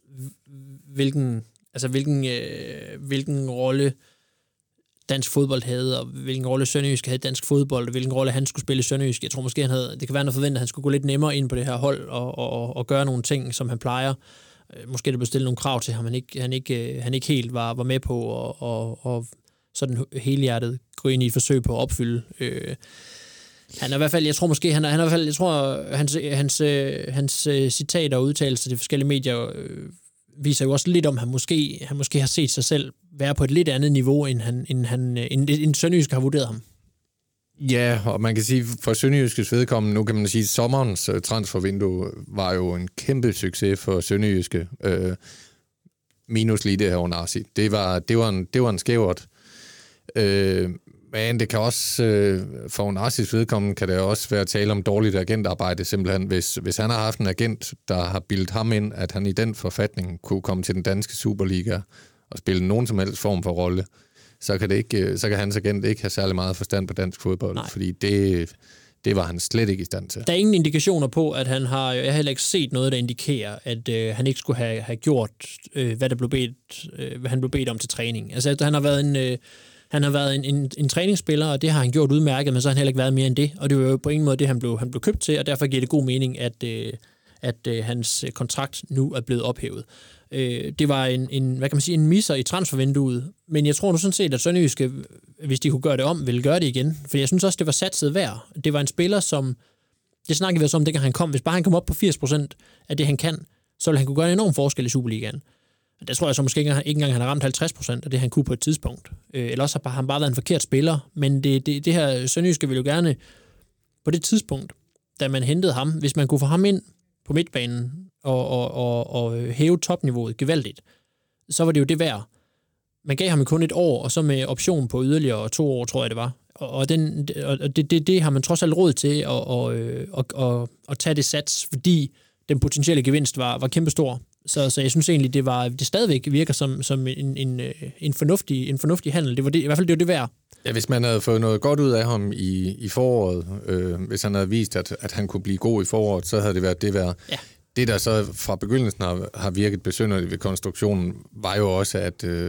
[SPEAKER 4] hvilken, altså hvilken, øh, hvilken rolle dansk fodbold havde, og hvilken rolle Sønderjysk havde i dansk fodbold, og hvilken rolle han skulle spille i Sønderjysk. Jeg tror måske, han havde, det kan være noget forventet, at han skulle gå lidt nemmere ind på det her hold, og, og, og gøre nogle ting, som han plejer. Måske det blev stillet nogle krav til ham, han ikke, han ikke, han ikke helt var, var med på, og, og, og sådan helhjertet gå ind i et forsøg på at opfylde. Øh, han er i hvert fald, jeg tror måske, han er, han er i hvert fald, jeg tror, hans, hans, hans, hans citater og udtalelser til forskellige medier øh, viser jo også lidt om, at han måske, han måske har set sig selv være på et lidt andet niveau, end, han, end, han, end, end Sønderjysk har vurderet ham.
[SPEAKER 3] Ja, og man kan sige, for Sønderjyskes vedkommende, nu kan man sige, at sommerens transfervindue var jo en kæmpe succes for Sønderjyske, øh, minus lige det her Onasi. Det var, det var en, det var en skævert. Øh, men det kan også, øh, for Onasis vedkommende, kan det også være tale om dårligt agentarbejde, simpelthen. Hvis, hvis han har haft en agent, der har bildet ham ind, at han i den forfatning kunne komme til den danske Superliga og spille nogen som helst form for rolle, så kan, det ikke, så kan hans agent ikke have særlig meget forstand på dansk fodbold, Nej. fordi det, det var han slet ikke i stand til.
[SPEAKER 4] Der er ingen indikationer på, at han har, jeg har heller ikke set noget, der indikerer, at øh, han ikke skulle have, have gjort, øh, hvad der blev bedt, øh, hvad han blev bedt om til træning. Altså, han har været en, øh, han har været en, en, en træningsspiller, og det har han gjort udmærket, men så har han heller ikke været mere end det, og det var jo på ingen måde det, han blev, han blev købt til, og derfor giver det god mening, at, øh, at øh, hans kontrakt nu er blevet ophævet. Øh, det var en, en, hvad kan man sige, en misser i transfervinduet, men jeg tror nu sådan set, at Sønderjyske, hvis de kunne gøre det om, ville gøre det igen, for jeg synes også, det var satset værd. Det var en spiller, som, det snakkede vi også om, dengang han kom, hvis bare han kom op på firs procent af det, han kan, så ville han kunne gøre en enorm forskel i Superligaen. Der tror jeg så måske ikke, ikke engang, han har ramt halvtreds procent af det, han kunne på et tidspunkt. Øh, eller også har han bare været en forkert spiller, men det, det, det her Sønderjyske ville jo gerne, på det tidspunkt, da man hentede ham, hvis man kunne få ham ind på midtbanen, Og, og, og, og hæve topniveauet gevaldigt, så var det jo det værd. Man gav ham kun et år, og så med option på yderligere to år, tror jeg det var. Og, den, og det, det, det har man trods alt råd til at, og, og, og, at tage det sats, fordi den potentielle gevinst var, var kæmpestor. Så, så jeg synes egentlig, det, var, det stadigvæk virker som, som en, en, en, fornuftig, en fornuftig handel. Det var det, i hvert fald det var det værd.
[SPEAKER 3] Ja, hvis man havde fået noget godt ud af ham i, i foråret, øh, hvis han havde vist, at, at han kunne blive god i foråret, så havde det været det værd. Ja. Det, der så fra begyndelsen har, har virket besynderligt ved konstruktionen, var jo også, at, øh,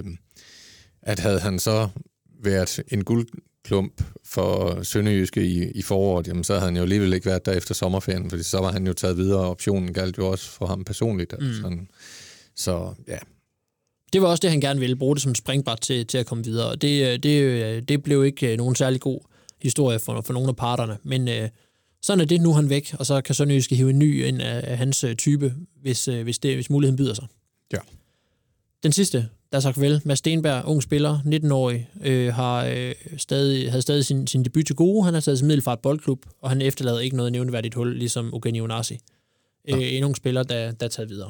[SPEAKER 3] at havde han så været en guldklump for Sønderjyske i, i foråret, jamen så havde han jo alligevel ikke været der efter sommerferien, fordi så var han jo taget videre, og optionen galt jo også for ham personligt. Mm. Sådan. Så ja.
[SPEAKER 4] Det var også det, han gerne ville, bruge det som springbræt til, til at komme videre, og det, det, det blev ikke nogen særlig god historie for, for nogle af parterne, men øh, sådan er det, nu er han væk, og så kan Sønderjyske hive en ny ind af, af hans type, hvis, hvis, det, hvis muligheden byder sig.
[SPEAKER 3] Ja.
[SPEAKER 4] Den sidste, der har sagt vel, Mads Stenberg, ung spiller, nitten-årig, øh, har øh, stadig, havde stadig sin, sin debut til gode. Han har stadig sin Middelfart Boldklub, og han efterlader ikke noget nævneværdigt hul, ligesom Eugenio Onasi. Øh, en ung spiller, der, der er taget videre.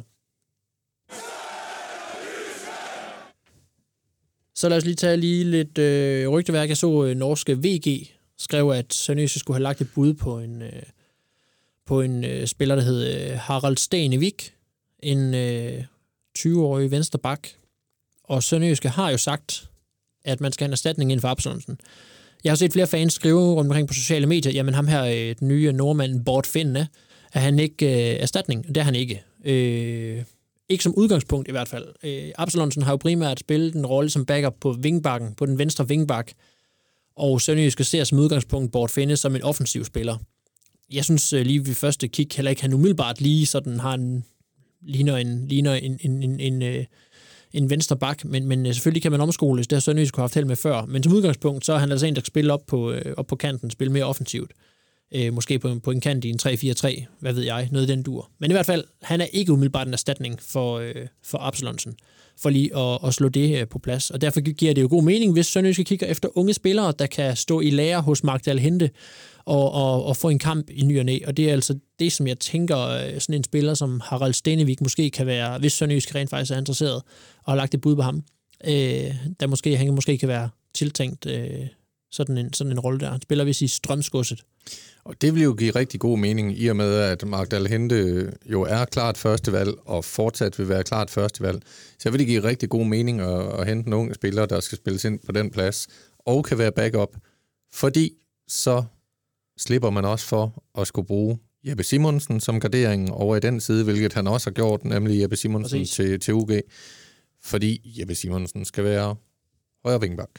[SPEAKER 4] Så lad os lige tage lige lidt øh, rygteværk. Jeg så øh, norske V G skrev, at Sønderjyske skulle have lagt et bud på en, øh, på en øh, spiller, der hed øh, Harald Stenevik, en øh, tyve-årig venstre bak. Og Sønderjyske har jo sagt, at man skal have en erstatning inden for Absalonsen. Jeg har set flere fans skrive rundt omkring på sociale medier, jamen ham her, øh, den nye nordmand, Bort Finde, er han ikke øh, erstatning? Det er han ikke. Øh, ikke som udgangspunkt i hvert fald. Øh, Absalonsen har jo primært spillet en rolle som backup på vingbakken, på den venstre vingbak, og Sønderjyske ser som udgangspunkt Bort Finde som en offensiv spiller. Jeg synes øh, lige ved første kig heller ikke, han umiddelbart lige sådan har en, ligner en, ligner en, en, en, en, øh, en venstre bak, men, men selvfølgelig kan man omskoles, det har Sønderjyske haft held med før, men som udgangspunkt, så er han altså en, der kan spille op på, øh, op på kanten, spille mere offensivt. Øh, måske på, på en kant i en tre fire tre, hvad ved jeg, noget den dur. Men i hvert fald, han er ikke umiddelbart en erstatning for, øh, for Absalonsen, for lige at, at slå det øh, på plads. Og derfor giver det jo god mening, hvis Sønderjyske kigger efter unge spillere, der kan stå i lære hos Magdal Hente og, og, og få en kamp i ny og næ. Og det er altså det, som jeg tænker, øh, sådan en spiller som Harald Stenevik måske kan være, hvis Sønderjyske rent faktisk er interesseret og har lagt et bud på ham, øh, der måske, han måske kan være tiltænkt øh, sådan, en, sådan en rolle der. Han spiller vist i Strømsgodset.
[SPEAKER 3] Og det vil jo give rigtig god mening, i og med, at Magdal Hente jo er klart førstevalg, og fortsat vil være klart førstevalg. Så vil det give rigtig god mening at, at hente nogle spillere, der skal spilles ind på den plads, og kan være backup, fordi så slipper man også for at skulle bruge Jeppe Simonsen som gardering over i den side, hvilket han også har gjort, nemlig Jeppe Simonsen til, til U G, fordi Jeppe Simonsen skal være højre vingbak.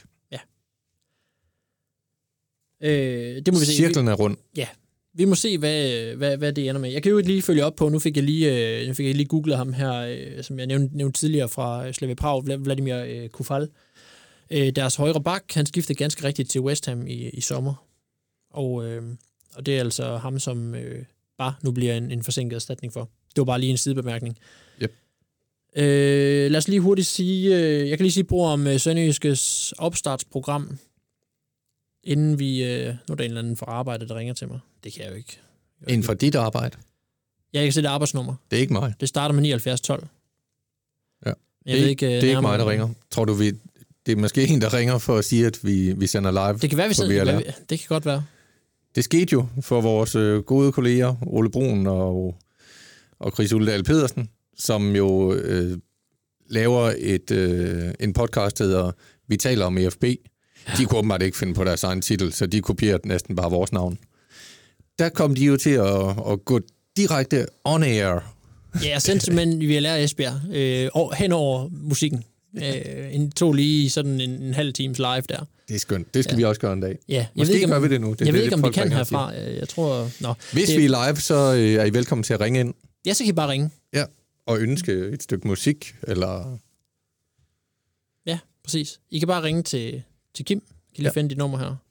[SPEAKER 4] Øh, det må vi se.
[SPEAKER 3] Cirklen er rund.
[SPEAKER 4] Ja, vi må se, hvad, hvad, hvad det ender med. Jeg kan jo lige følge op på, nu fik jeg lige, nu fik jeg lige googlet ham her, øh, som jeg nævnte, nævnte tidligere fra Slavia Prag, Vladimir øh, Kufal. Øh, deres højre bak, han skiftede ganske rigtigt til West Ham i, i sommer. Og, øh, og det er altså ham, som øh, bare nu bliver en, en forsinket erstatning for. Det var bare lige en sidebemærkning.
[SPEAKER 3] Yep.
[SPEAKER 4] Øh, lad os lige hurtigt sige, øh, jeg kan lige sige brug om øh, Sønderjyskes opstartsprogram, inden vi... Øh, nu er der en eller anden fra arbejde, der ringer til mig. Det kan jeg jo ikke. Jeg
[SPEAKER 3] Inden for dit arbejde?
[SPEAKER 4] Jeg kan sætte arbejdsnummer.
[SPEAKER 3] Det er ikke mig.
[SPEAKER 4] Det starter med nioghalvfjerds tolv.
[SPEAKER 3] Ja.
[SPEAKER 4] Jeg
[SPEAKER 3] det,
[SPEAKER 4] ved ikke,
[SPEAKER 3] det er ikke mig, der ringer. Tror du, vi... det er måske en, der ringer for at sige, at vi, vi sender live?
[SPEAKER 4] Det kan være, vi sender live. Det kan godt være.
[SPEAKER 3] Det skete jo for vores øh, gode kolleger, Ole Brun og, og Chris Uldal Pedersen, som jo øh, laver et, øh, en podcast, der hedder Vi taler om E F B. De kunne åbenbart ikke finde på deres egen titel, så de kopierede næsten bare vores navn. Der kom de jo til at, at gå direkte on air.
[SPEAKER 4] Ja, jeg sendte simpelthen V L R Esbjerg øh, hen over musikken. Øh, en, tog lige sådan en, en halv times live der.
[SPEAKER 3] Det er skønt. Det skal ja. vi også gøre en dag.
[SPEAKER 4] Ja, jeg
[SPEAKER 3] Måske
[SPEAKER 4] ved ikke, om,
[SPEAKER 3] gør vi det nu. Det
[SPEAKER 4] jeg
[SPEAKER 3] det,
[SPEAKER 4] ved ikke, om
[SPEAKER 3] det,
[SPEAKER 4] vi kan herfra. Jeg tror... Nå,
[SPEAKER 3] Hvis
[SPEAKER 4] det,
[SPEAKER 3] vi er live, så er I velkommen til at ringe ind.
[SPEAKER 4] Ja, så kan I bare ringe.
[SPEAKER 3] Ja, og ønske et stykke musik, eller...
[SPEAKER 4] Ja, præcis. I kan bare ringe til, til Kim. Kan I lige ja. finde dit nummer her?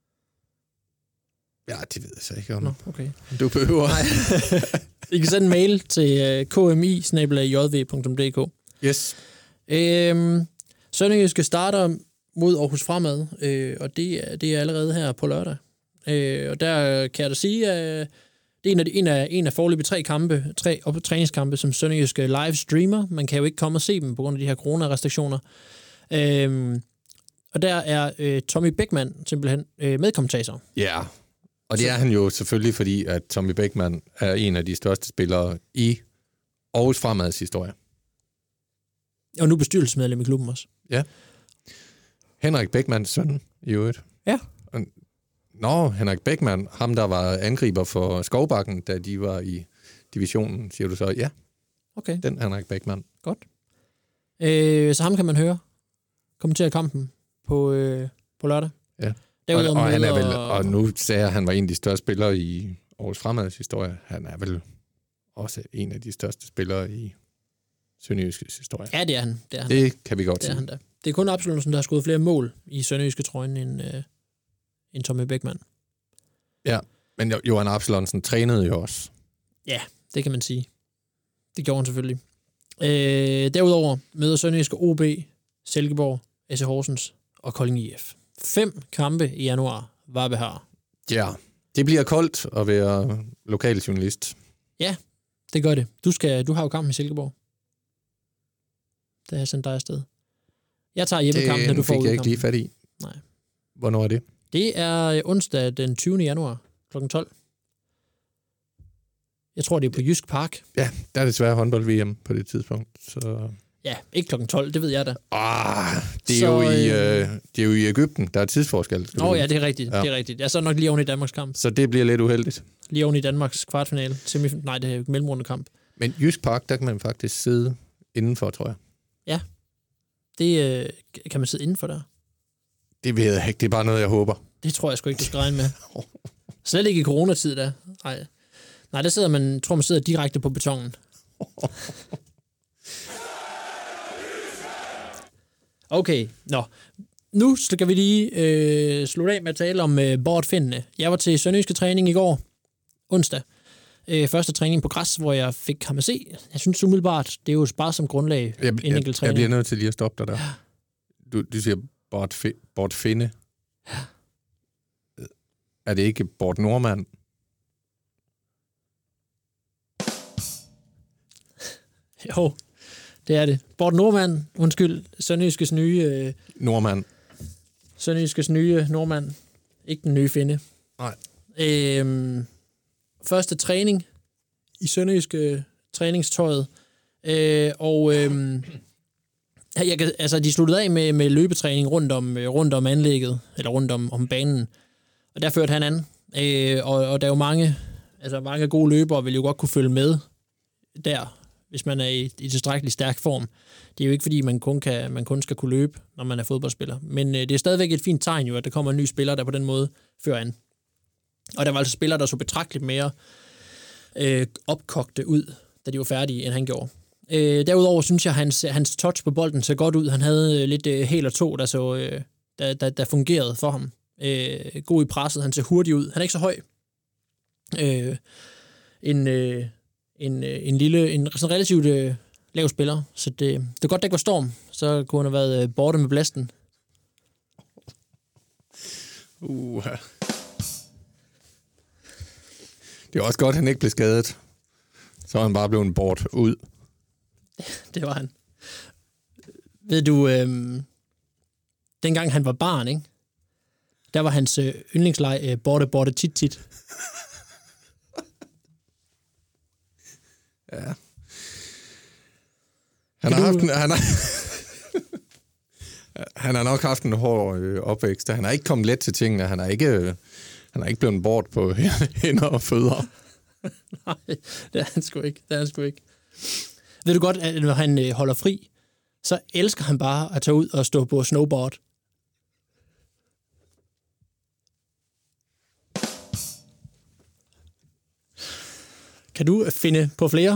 [SPEAKER 3] Ja, det ved jeg så ikke om.
[SPEAKER 4] Nå, okay.
[SPEAKER 3] Du behøver...
[SPEAKER 4] I kan sende en mail til k m i snabel-a j v punktum d k.
[SPEAKER 3] Yes.
[SPEAKER 4] Øhm, Sønderjyske starter mod Aarhus Fremad, øh, og det er, det er allerede her på lørdag. Øh, og der kan jeg da sige, at det er en af, en af, en af foreløbig tre kampe, tre op- træningskampe, som Sønderjyske live streamer. Man kan jo ikke komme og se dem på grund af de her coronarestriktioner. Øh, og der er øh, Tommy Beckmann simpelthen øh, medkommentator.
[SPEAKER 3] Ja, yeah. Og det er han jo selvfølgelig, fordi at Tommy Beckmann er en af de største spillere i Aarhus Fremads historie.
[SPEAKER 4] Og nu bestyrelsesmedlem i klubben også.
[SPEAKER 3] Ja. Henrik Beckmanns søn, i øvrigt.
[SPEAKER 4] Ja.
[SPEAKER 3] Nå, Henrik Beckmann, ham der var angriber for Skovbakken, da de var i divisionen, siger du så? Ja.
[SPEAKER 4] Okay.
[SPEAKER 3] Den Henrik Beckmann.
[SPEAKER 4] Godt. Øh, så ham kan man høre kommentere kampen på, øh, på lørdag.
[SPEAKER 3] Ja. Og, og, han er vel, og nu sagde jeg, at han var en af de største spillere i Aarhus Fremads historie. Han er vel også en af de største spillere i Sønderjyskes historie.
[SPEAKER 4] Ja, det er han. Det, er han
[SPEAKER 3] det kan vi godt
[SPEAKER 4] det
[SPEAKER 3] sige.
[SPEAKER 4] Er han da. Det er kun Absalonsen, der har skudt flere mål i Sønderjyske trøjen end, øh, end Tommy Beckmann.
[SPEAKER 3] Ja, men Johan Absalonsen trænede jo også.
[SPEAKER 4] Ja, det kan man sige. Det gjorde han selvfølgelig. Øh, derudover møder Sønderjyske O B, Silkeborg, S C Horsens og Kolding I F. Fem kampe i januar, var vi her.
[SPEAKER 3] Ja, det bliver koldt at være lokal journalist.
[SPEAKER 4] Ja, det gør det. Du, skal, du har jo kampen i Silkeborg. Det har jeg sendt dig afsted. Jeg tager hjemmekampen, når du får
[SPEAKER 3] udkampen. Det fik jeg ikke lige
[SPEAKER 4] udkampen.
[SPEAKER 3] fat i.
[SPEAKER 4] Nej.
[SPEAKER 3] Hvornår er det?
[SPEAKER 4] Det er onsdag den tyvende januar klokken tolv. Jeg tror, det er på Jysk Park.
[SPEAKER 3] Ja, der er desværre håndbold-V M på det tidspunkt. Så...
[SPEAKER 4] Ja, ikke klokken tolv, det ved jeg da.
[SPEAKER 3] Ah, det er,
[SPEAKER 4] så,
[SPEAKER 3] jo i,
[SPEAKER 4] øh...
[SPEAKER 3] øh, det er jo i Egypten, der er tidsforskel.
[SPEAKER 4] Åh oh, ja, det er rigtigt. Ja. Det er rigtigt. Jeg er så nok lige oven i Danmarks kamp.
[SPEAKER 3] Så det bliver lidt uheldigt.
[SPEAKER 4] Lige oven i Danmarks kvartfinale. Semif- Nej, det er mellemrundekamp.
[SPEAKER 3] Men Jysk Park, der kan man faktisk sidde indenfor, tror jeg.
[SPEAKER 4] Ja, det øh, kan man sidde indenfor der.
[SPEAKER 3] Det ved jeg ikke, det er bare noget, jeg håber.
[SPEAKER 4] Det tror jeg sgu ikke, du skal regne med. Slet ikke i coronatid, da. Nej, Nej der sidder man, tror man sidder direkte på betongen. Okay, nå. Nu skal vi lige øh, slutte af med at tale om øh, bortfindende. Jeg var til sønderjyske træning i går, onsdag. Øh, første træning på græs, hvor jeg fik ham at se. Jeg synes umiddelbart, det er jo bare som grundlag
[SPEAKER 3] jeg,
[SPEAKER 4] en enkelt
[SPEAKER 3] jeg,
[SPEAKER 4] træning.
[SPEAKER 3] jeg bliver nødt til lige at stoppe dig der. Du, du siger bortfi, bortfinde.
[SPEAKER 4] Ja.
[SPEAKER 3] Er det ikke Bort Nordmand?
[SPEAKER 4] Jo, det er det. Bort Nordmand, undskyld, Sønderjyskes nye... Øh,
[SPEAKER 3] Nordmand.
[SPEAKER 4] Sønderjyskes nye nordmand. Ikke den nye finde.
[SPEAKER 3] Nej.
[SPEAKER 4] Øhm, første træning i Sønderjyske træningstøjet. Øh, og øh, jeg kan, altså, de sluttede af med, med løbetræning rundt om, rundt om anlægget, eller rundt om, om banen. Og der førte han an. Øh, og, og der er jo mange, altså mange gode løbere, vil jo godt kunne følge med der, hvis man er i, i tilstrækkelig stærk form. Det er jo ikke, fordi man kun, kan, man kun skal kunne løbe, når man er fodboldspiller. Men øh, det er stadigvæk et fint tegn jo, at der kommer en ny spiller, der på den måde fører an. Og der var altså spillere, der så betragteligt mere øh, opkogte ud, da de var færdige, end han gjorde. Øh, derudover synes jeg, at hans, hans touch på bolden ser godt ud. Han havde øh, lidt øh, hel og to, der, så, øh, der, der, der fungerede for ham. Øh, god i presset, han ser hurtig ud. Han er ikke så høj. Øh, en... Øh, En, en lille, en sådan relativt øh, lav spiller. Så det, det er godt, der ikke var storm. Så kunne han have været øh, borte med blæsten.
[SPEAKER 3] Uh. Det er også godt, at han ikke blev skadet. Så er han bare blevet bort ud.
[SPEAKER 4] Det var han. Ved du, øh, dengang han var barn, ikke? Der var hans øh, yndlingsleg øh, borte, borte, tit, tit.
[SPEAKER 3] Ja. Han har, haft en, han, har, han har nok haft en hård øh, opvækst. Han har ikke kommet let til tingene. Han har ikke, øh, han har ikke blevet bort på hænder og fødder.
[SPEAKER 4] Nej, det er han sgu ikke. Det er han sgu ikke. Ved du godt, at når han øh, holder fri, så elsker han bare at tage ud og stå på snowboard. Kan du finde på flere?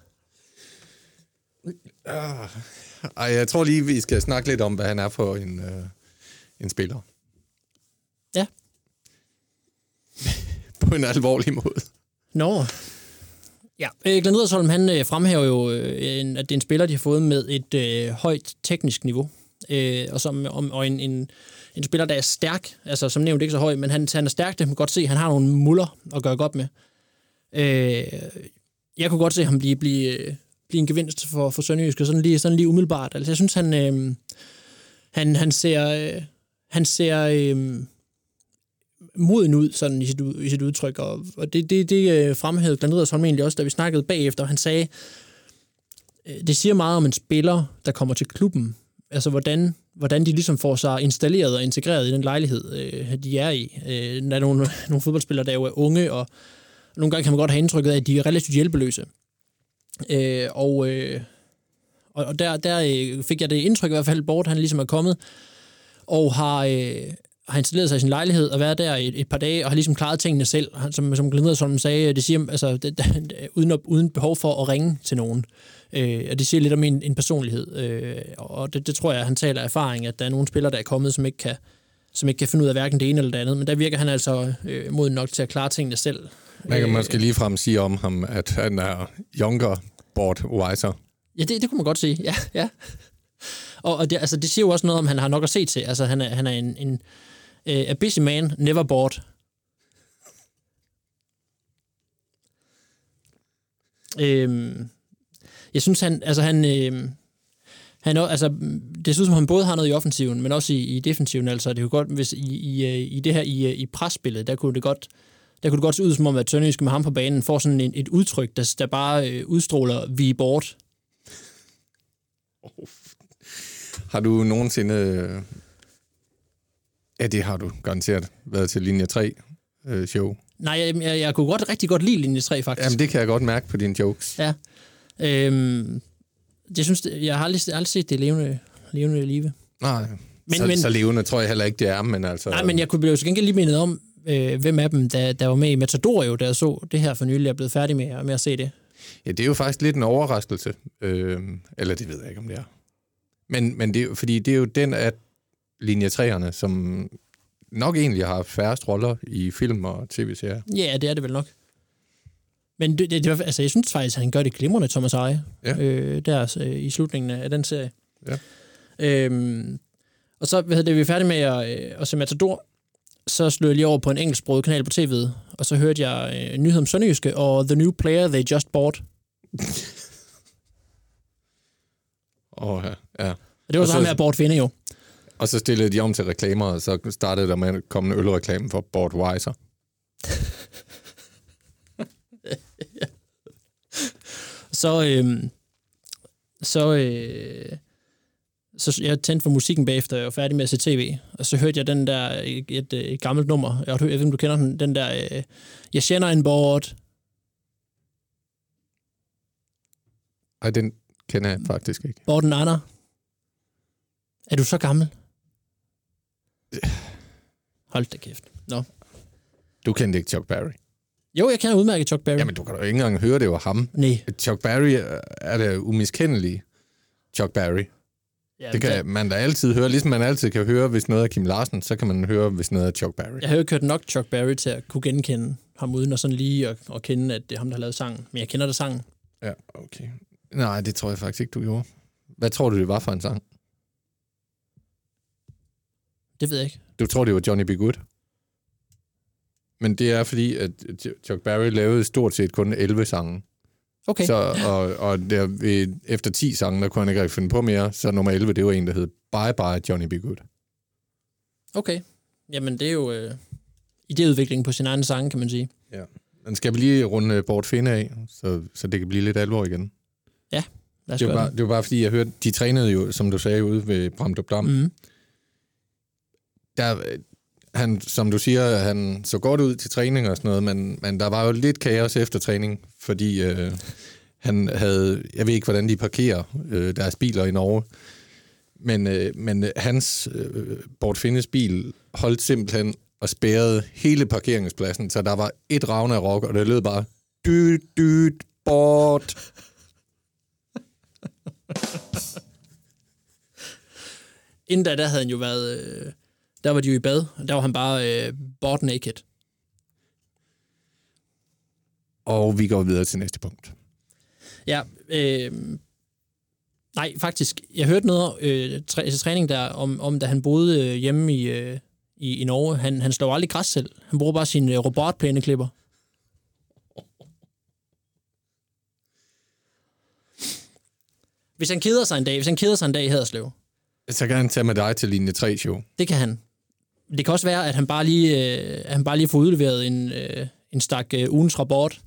[SPEAKER 3] Uh, ej, jeg tror lige, vi skal snakke lidt om, hvad han er for en, uh, en spiller.
[SPEAKER 4] Ja.
[SPEAKER 3] På en alvorlig måde.
[SPEAKER 4] Nå. Ja, øh, Glenn Riddersholm, han øh, fremhæver jo, øh, en, at det er en spiller, de har fået med et øh, højt teknisk niveau. Øh, og som, om, og en, en, en spiller, der er stærk. Altså, som nævnt, ikke så høj, men han, han er stærk. Det kan man godt se. Han har nogle muller at gøre godt med. Øh, jeg kunne godt se ham blive, blive, blive en gevinst for, for Sønderjyske, sådan lige, sådan lige umiddelbart. Altså, jeg synes, han, øh, han, han ser, øh, han ser øh, moden ud sådan i, sit, i sit udtryk, og, og det, det, det fremhævede Glenn Riddersholm egentlig også, da vi snakkede bagefter. Han sagde, øh, det siger meget om en spiller, der kommer til klubben, altså hvordan, hvordan de ligesom får sig installeret og integreret i den lejlighed, øh, de er i. Øh, der er nogle, nogle fodboldspillere, der jo er unge, og nogle gange kan man godt have indtrykket af, at de er relativt hjælpeløse. Øh, og, øh, og der, der fik jeg det indtryk i hvert fald, Bort han ligesom er kommet, og har, øh, har installeret sig i sin lejlighed, og været der et, et par dage, og har ligesom klaret tingene selv. Som, som Glenn Riddersholm sagde, det siger, altså, det, det, uden, op, uden behov for at ringe til nogen. Øh, og det siger lidt om en, en personlighed. Øh, og det, det tror jeg, han taler af erfaring, at der er nogle spillere, der er kommet, som ikke kan, som ikke kan finde ud af hverken det ene eller det andet. Men der virker han altså øh, moden nok til at klare tingene selv.
[SPEAKER 3] Man kan måske ligefrem sige om ham, at han er younger, bored, wiser.
[SPEAKER 4] Ja, det, det kunne man godt sige. Ja, ja. Og, og det, altså, det siger jo også noget om, han har nok at se til. Altså, han er, han er en, en uh, a busy man, never bored. øhm, jeg synes, han... Altså, han... Øhm, Han er, altså, det synes som han både har noget i offensiven, men også i, i defensiven. Altså, det kunne godt, hvis i, i, i det her i, i presspillet, der kunne det godt, der kunne det godt se ud som om, at Sønderjyske med ham på banen får sådan en, et udtryk, der, der bare øh, udstråler, vi er bort.
[SPEAKER 3] Oh. Har du nogensinde, ja, det har du garanteret, været til linje tre øh, show?
[SPEAKER 4] Nej, jeg, jeg, jeg kunne godt rigtig godt lide linje tre, faktisk.
[SPEAKER 3] Jamen, det kan jeg godt mærke på dine jokes.
[SPEAKER 4] Ja. Øhm, jeg synes, det, jeg har aldrig, aldrig set det levende, levende live.
[SPEAKER 3] Nej,
[SPEAKER 4] men,
[SPEAKER 3] så,
[SPEAKER 4] men,
[SPEAKER 3] så levende tror jeg heller ikke, det er, men altså...
[SPEAKER 4] Nej, men jeg kunne blive så gengæld lige mindet om, øh, hvem af dem, der, der var med i Matador jo, da jeg så det her for nylig, jeg er blevet færdig med, med at se det.
[SPEAKER 3] Ja, det er jo faktisk lidt en overraskelse. Øh, eller det ved jeg ikke, om det er. Men, men det er jo, fordi det er jo den af linje treerne, som nok egentlig har færrest roller i film og tv-serier.
[SPEAKER 4] Ja, det er det vel nok. Men det, det, det, altså, jeg synes faktisk, at han gør det glimrende, Thomas Eje,
[SPEAKER 3] ja.
[SPEAKER 4] øh, der øh, i slutningen af den serie.
[SPEAKER 3] Ja.
[SPEAKER 4] Øhm, og så, hvad hedder det, vi er færdige med at, øh, at se Matador. Så slog jeg lige over på en engelsksproget kanal på tv'et, og så hørte jeg øh, nyhed om Sønderjyske og The New Player They Just Bought.
[SPEAKER 3] Åh, oh, ja. ja.
[SPEAKER 4] Og det var og så ham her, Bort Finde jo.
[SPEAKER 3] Og så stillede de om til reklamer, og så startede der med at komme en ølreklame for Bort Weiser.
[SPEAKER 4] ja. Så, øh, så, øh, så jeg tændte for musikken bagefter, jeg var færdig med at se tv, og så hørte jeg den der, et, et, et gammelt nummer, jeg ved ikke, om du kender den, den der, øh, jeg kender en Bort.
[SPEAKER 3] Ej, den kender jeg faktisk ikke.
[SPEAKER 4] Borten Anna. Er du så gammel? Hold da kæft. Nå.
[SPEAKER 3] Du kendte ikke Chuck Berry?
[SPEAKER 4] Jo, jeg kender udmærket Chuck Berry.
[SPEAKER 3] Jamen, du kan da ikke engang høre, det var ham.
[SPEAKER 4] Nej.
[SPEAKER 3] Chuck Berry er det umiskendelige Chuck Berry. Ja, det kan der... man da altid høre. Ligesom man altid kan høre, hvis noget er Kim Larsen, så kan man høre, hvis noget er Chuck Berry.
[SPEAKER 4] Jeg har jo ikke hørt nok Chuck Berry til at kunne genkende ham, uden og sådan lige at, at kende, at det er ham, der har lavet sangen. Men jeg kender da sangen.
[SPEAKER 3] Ja, okay. Nej, det tror jeg faktisk ikke, du gjorde. Hvad tror du, det var for en sang?
[SPEAKER 4] Det ved jeg ikke.
[SPEAKER 3] Du tror, det var Johnny B. Good? Men det er fordi, at Chuck Berry lavede stort set kun elleve sange.
[SPEAKER 4] Okay.
[SPEAKER 3] Så, og og der, ved, efter ti sange, der kunne han ikke rigtig finde på mere, så nummer elleve, det var en, der hed Bye Bye Johnny B. Good.
[SPEAKER 4] Okay. Jamen, det er jo øh, idéudvikling på sin egen sang, kan man sige.
[SPEAKER 3] Ja. Men skal vi lige runde Bort Finde af, så, så det kan blive lidt alvor igen?
[SPEAKER 4] Ja, lad os
[SPEAKER 3] det var,
[SPEAKER 4] gøre
[SPEAKER 3] bare, det var bare fordi, jeg hørte, de trænede jo, som du sagde, ude ved Bramdrup Dam.
[SPEAKER 4] Mm.
[SPEAKER 3] Der, han, som du siger, han så godt ud til træning og sådan noget, men, men der var jo lidt kaos efter træning, fordi øh, han havde, jeg ved ikke, hvordan de parkerer øh, deres biler i Norge, men, øh, men hans øh, Bort Findes bil holdt simpelthen og spærrede hele parkeringspladsen, så der var et Ragnarok, og det lød bare dyt, dyt, bort.
[SPEAKER 4] Inden da, der havde han jo været... Øh, der var de jo i bad, og der var han bare øh, bort naked.
[SPEAKER 3] Og vi går videre til næste punkt.
[SPEAKER 4] Ja, øh, nej, faktisk. Jeg hørte noget øh, træ, til træning der, om, om da han boede øh, hjemme i, øh, i, i Norge. Han, han slår aldrig græs selv. Han bruger bare sin øh, robotplæneklipper. Hvis han keder sig en dag, hvis han keder sig en dag i Haderslev,
[SPEAKER 3] så kan han tage med dig til linje tre show.
[SPEAKER 4] Det kan han. Det kan også være, at han bare lige, øh, han bare lige får udleveret en, øh, en stak øh, ugens rapport.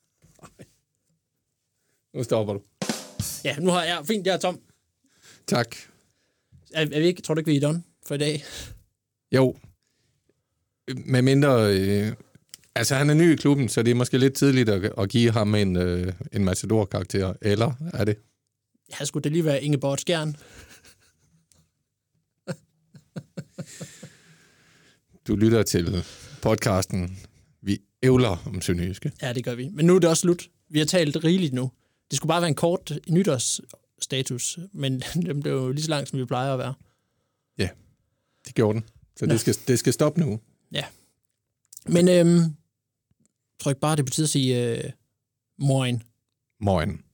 [SPEAKER 3] Nu stopper du.
[SPEAKER 4] Ja, nu har jeg... Fint, jeg er tom.
[SPEAKER 3] Tak.
[SPEAKER 4] Er, er vi ikke, tror du ikke, vi er done for i dag?
[SPEAKER 3] Jo. Med mindre... Øh, altså, han er ny i klubben, så det er måske lidt tidligt at, at give ham en, øh, en Matador-karakter. Eller er det?
[SPEAKER 4] Ja, skulle det lige være Ingeborg Skjern.
[SPEAKER 3] Du lytter til podcasten Vi ævler om Sønderjyske.
[SPEAKER 4] Ja, det gør vi. Men nu er det også slut. Vi har talt rigeligt nu. Det skulle bare være en kort nytårsstatus, men den blev jo lige så lang, som vi plejer at være.
[SPEAKER 3] Ja, det gjorde den. Så det skal, det skal stoppe nu.
[SPEAKER 4] Ja. Men øhm, jeg tror ikke bare, det betyder at sige øh, morgen.
[SPEAKER 3] Morgen.